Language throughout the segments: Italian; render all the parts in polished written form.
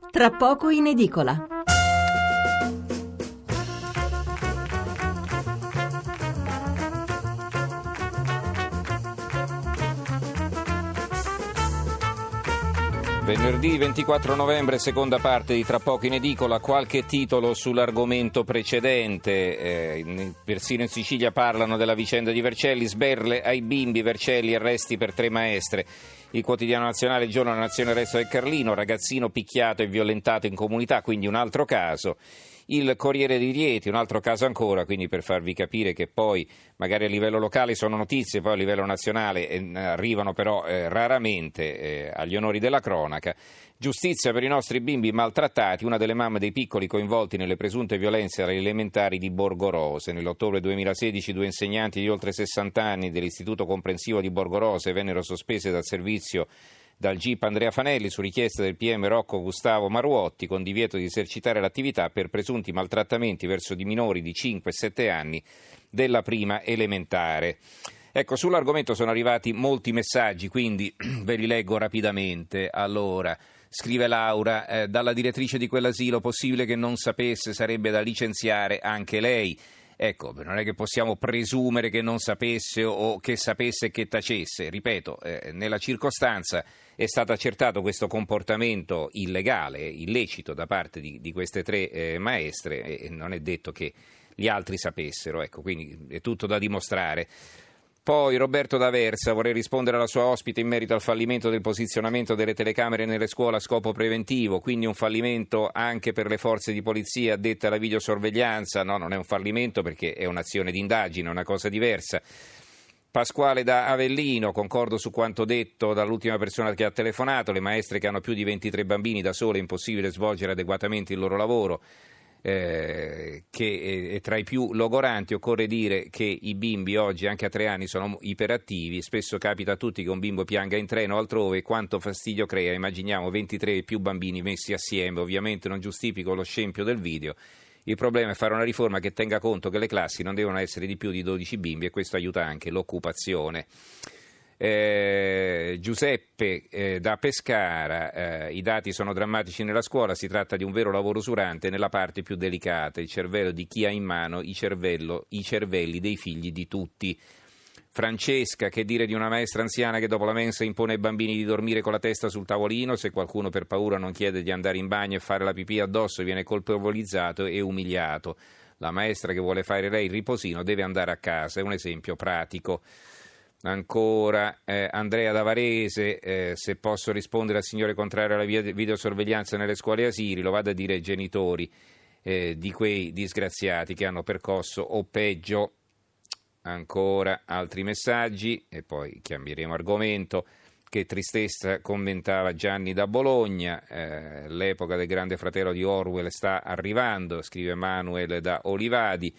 Tra poco in edicola. Venerdì 24 novembre, seconda parte di Tra poco in edicola, qualche titolo sull'argomento precedente. Persino in Sicilia parlano della vicenda di Vercelli, sberle ai bimbi, Vercelli arresti per 3 maestre. Il quotidiano nazionale, il giorno della nazione, arresto del Carlino, ragazzino picchiato e violentato in comunità, quindi un altro caso. Il Corriere di Rieti, un altro caso ancora, quindi per farvi capire che poi magari a livello locale sono notizie, poi a livello nazionale arrivano però raramente agli onori della cronaca. Giustizia per i nostri bimbi maltrattati, una delle mamme dei piccoli coinvolti nelle presunte violenze alle elementari di Borgorose. Nell'ottobre 2016 2 insegnanti di oltre 60 anni dell'Istituto Comprensivo di Borgorose vennero sospese dal servizio dal GIP Andrea Fanelli su richiesta del PM Rocco Gustavo Maruotti, con divieto di esercitare l'attività per presunti maltrattamenti verso di minori di 5 e 7 anni della prima elementare. Ecco, sull'argomento sono arrivati molti messaggi, quindi ve li leggo rapidamente. Allora, scrive Laura, dalla direttrice di quell'asilo, possibile che non sapesse, sarebbe da licenziare anche lei. Ecco, non è che possiamo presumere che non sapesse o che sapesse e che tacesse. Ripeto, nella circostanza è stato accertato questo comportamento illegale, illecito da parte di queste 3 maestre e non è detto che gli altri sapessero. Ecco, quindi è tutto da dimostrare. Poi Roberto D'Aversa, vorrei rispondere alla sua ospite in merito al fallimento del posizionamento delle telecamere nelle scuole a scopo preventivo, quindi un fallimento anche per le forze di polizia addette alla videosorveglianza. No, non è un fallimento perché è un'azione di indagine, è una cosa diversa. Pasquale da Avellino, concordo su quanto detto dall'ultima persona che ha telefonato, le maestre che hanno più di 23 bambini da sole è impossibile svolgere adeguatamente il loro lavoro. Che è tra i più logoranti. Occorre dire che i bimbi oggi anche a 3 anni sono iperattivi, spesso capita a tutti che un bimbo pianga in treno o altrove, quanto fastidio crea. Immaginiamo 23 e più bambini messi assieme. Ovviamente non giustifico lo scempio del video, il problema è fare una riforma che tenga conto che le classi non devono essere di più di 12 bimbi e questo aiuta anche l'occupazione. Giuseppe da Pescara, i dati sono drammatici nella scuola, si tratta di un vero lavoro usurante nella parte più delicata, il cervello di chi ha in mano i cervelli dei figli di tutti. Francesca, che dire di una maestra anziana che dopo la mensa impone ai bambini di dormire con la testa sul tavolino, se qualcuno per paura non chiede di andare in bagno e fare la pipì addosso viene colpevolizzato e umiliato. La maestra che vuole fare lei il riposino deve andare a casa, è un esempio pratico. Ancora Andrea da Varese, se posso rispondere al signore contrario alla videosorveglianza nelle scuole e asili, lo vado a dire ai genitori di quei disgraziati che hanno percosso o peggio. Ancora altri messaggi e poi cambieremo argomento. Che tristezza, commentava Gianni da Bologna, l'epoca del grande fratello di Orwell sta arrivando, scrive Manuel da Olivadi.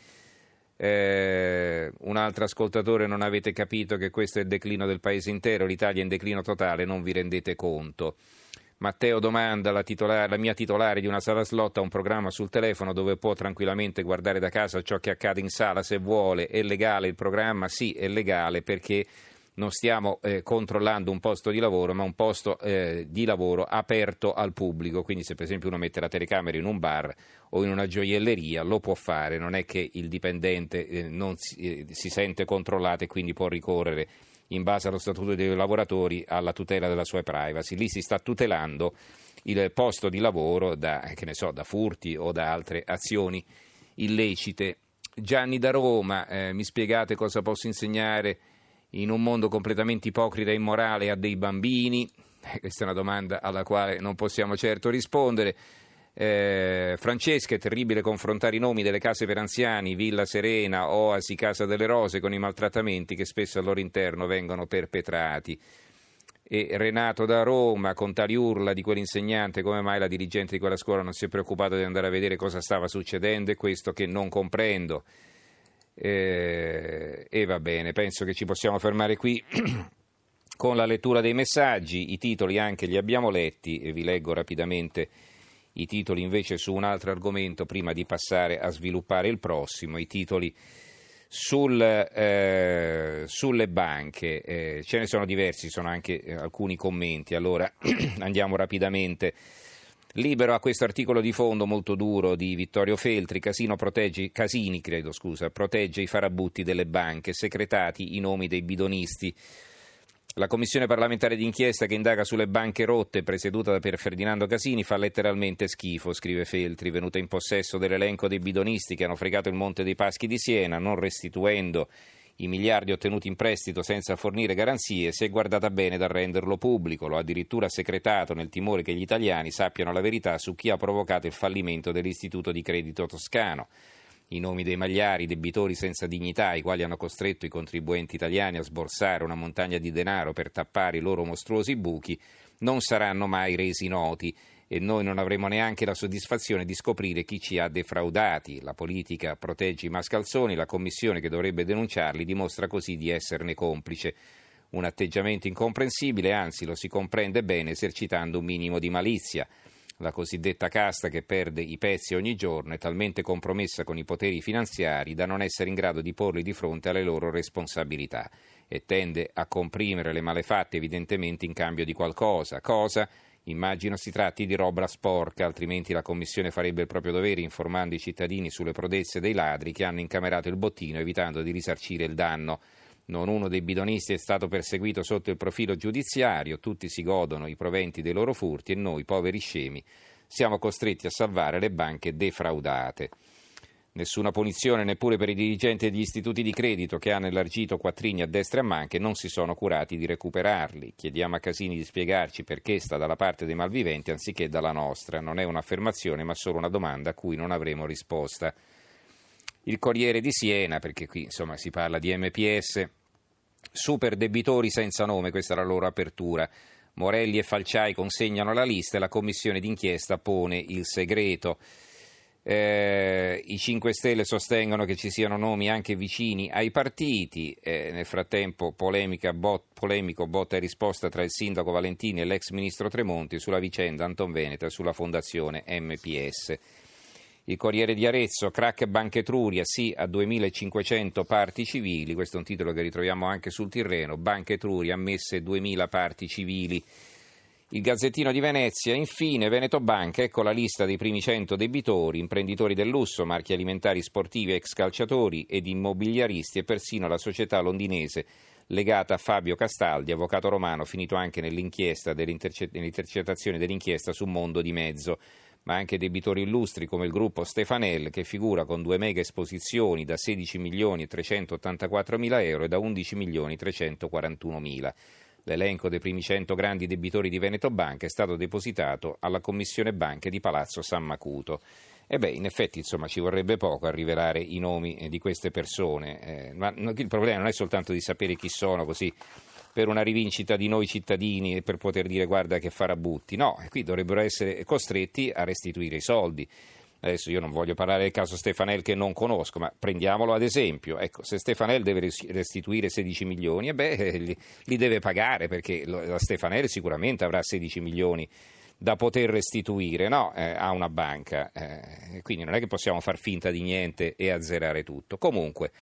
Un altro ascoltatore, non avete capito che questo è il declino del paese intero, l'Italia è in declino totale, non vi rendete conto. Matteo domanda, la mia titolare di una sala slot ha un programma sul telefono dove può tranquillamente guardare da casa ciò che accade in sala se vuole, è legale il programma? Sì, è legale perché non stiamo controllando un posto di lavoro, ma un posto di lavoro aperto al pubblico, quindi se per esempio uno mette la telecamera in un bar o in una gioielleria lo può fare, non è che il dipendente non si sente controllato e quindi può ricorrere in base allo statuto dei lavoratori alla tutela della sua privacy. Lì si sta tutelando il posto di lavoro da furti o da altre azioni illecite. Gianni da Roma, mi spiegate cosa posso insegnare in un mondo completamente ipocrita e immorale a dei bambini? Questa è una domanda alla quale non possiamo certo rispondere. Francesca, è terribile confrontare i nomi delle case per anziani, Villa Serena, Oasi, Casa delle Rose, con i maltrattamenti che spesso al loro interno vengono perpetrati. E Renato da Roma, con tali urla di quell'insegnante, come mai la dirigente di quella scuola non si è preoccupata di andare a vedere cosa stava succedendo? È questo che non comprendo. E va bene, penso che ci possiamo fermare qui con la lettura dei messaggi. I titoli anche li abbiamo letti e vi leggo rapidamente i titoli invece su un altro argomento prima di passare a sviluppare il prossimo. I titoli sulle banche, ce ne sono diversi, sono anche alcuni commenti, allora andiamo rapidamente. Libero a questo articolo di fondo molto duro di Vittorio Feltri. Casini protegge i farabutti delle banche, secretati i nomi dei bidonisti. La commissione parlamentare d'inchiesta che indaga sulle banche rotte, presieduta da Pier Ferdinando Casini, fa letteralmente schifo, scrive Feltri, venuta in possesso dell'elenco dei bidonisti che hanno fregato il Monte dei Paschi di Siena, non restituendo i miliardi ottenuti in prestito senza fornire garanzie, si è guardata bene da renderlo pubblico, lo ha addirittura secretato nel timore che gli italiani sappiano la verità su chi ha provocato il fallimento dell'Istituto di Credito Toscano. I nomi dei magliari, debitori senza dignità, i quali hanno costretto i contribuenti italiani a sborsare una montagna di denaro per tappare i loro mostruosi buchi, non saranno mai resi noti e noi non avremo neanche la soddisfazione di scoprire chi ci ha defraudati. La politica protegge i mascalzoni, la commissione che dovrebbe denunciarli dimostra così di esserne complice. Un atteggiamento incomprensibile, anzi lo si comprende bene esercitando un minimo di malizia. La cosiddetta casta che perde i pezzi ogni giorno è talmente compromessa con i poteri finanziari da non essere in grado di porli di fronte alle loro responsabilità e tende a comprimere le malefatte evidentemente in cambio di qualcosa. Cosa? Immagino si tratti di roba sporca, altrimenti la Commissione farebbe il proprio dovere informando i cittadini sulle prodezze dei ladri che hanno incamerato il bottino evitando di risarcire il danno. Non uno dei bidonisti è stato perseguito sotto il profilo giudiziario, tutti si godono i proventi dei loro furti e noi, poveri scemi, siamo costretti a salvare le banche defraudate. Nessuna punizione neppure per i dirigenti degli istituti di credito che hanno elargito quattrini a destra e a manca e non si sono curati di recuperarli. Chiediamo a Casini di spiegarci perché sta dalla parte dei malviventi anziché dalla nostra. Non è un'affermazione ma solo una domanda a cui non avremo risposta. Il Corriere di Siena, perché qui insomma si parla di MPS, super debitori senza nome, questa è la loro apertura. Morelli e Falciai consegnano la lista e la commissione d'inchiesta pone il segreto. I 5 Stelle sostengono che ci siano nomi anche vicini ai partiti. Nel frattempo polemico botta e risposta tra il sindaco Valentini e l'ex ministro Tremonti sulla vicenda Antonveneta e sulla fondazione MPS. Il Corriere di Arezzo, crack Banca Etruria, sì a 2.500 parti civili, questo è un titolo che ritroviamo anche sul Tirreno, Banca Etruria ammesse 2.000 parti civili. Il Gazzettino di Venezia, infine Veneto Banca, ecco la lista dei primi 100 debitori, imprenditori del lusso, marchi alimentari sportivi, ex calciatori ed immobiliaristi e persino la società londinese legata a Fabio Castaldi, avvocato romano finito anche nell'inchiesta nell'intercettazione dell'inchiesta su Mondo di Mezzo, ma anche debitori illustri come il gruppo Stefanel che figura con 2 mega esposizioni da 16.384.000 euro e da 11.341.000. L'elenco dei primi 100 grandi debitori di Veneto Banca è stato depositato alla Commissione Banche di Palazzo San Macuto. E in effetti insomma ci vorrebbe poco a rivelare i nomi di queste persone, ma il problema non è soltanto di sapere chi sono così per una rivincita di noi cittadini e per poter dire guarda che farabutti, no, qui dovrebbero essere costretti a restituire i soldi. Adesso io non voglio parlare del caso Stefanel che non conosco, ma prendiamolo ad esempio. Ecco, se Stefanel deve restituire 16 milioni, li deve pagare perché la Stefanel sicuramente avrà 16 milioni da poter restituire, no? A una banca. Quindi non è che possiamo far finta di niente e azzerare tutto. Comunque.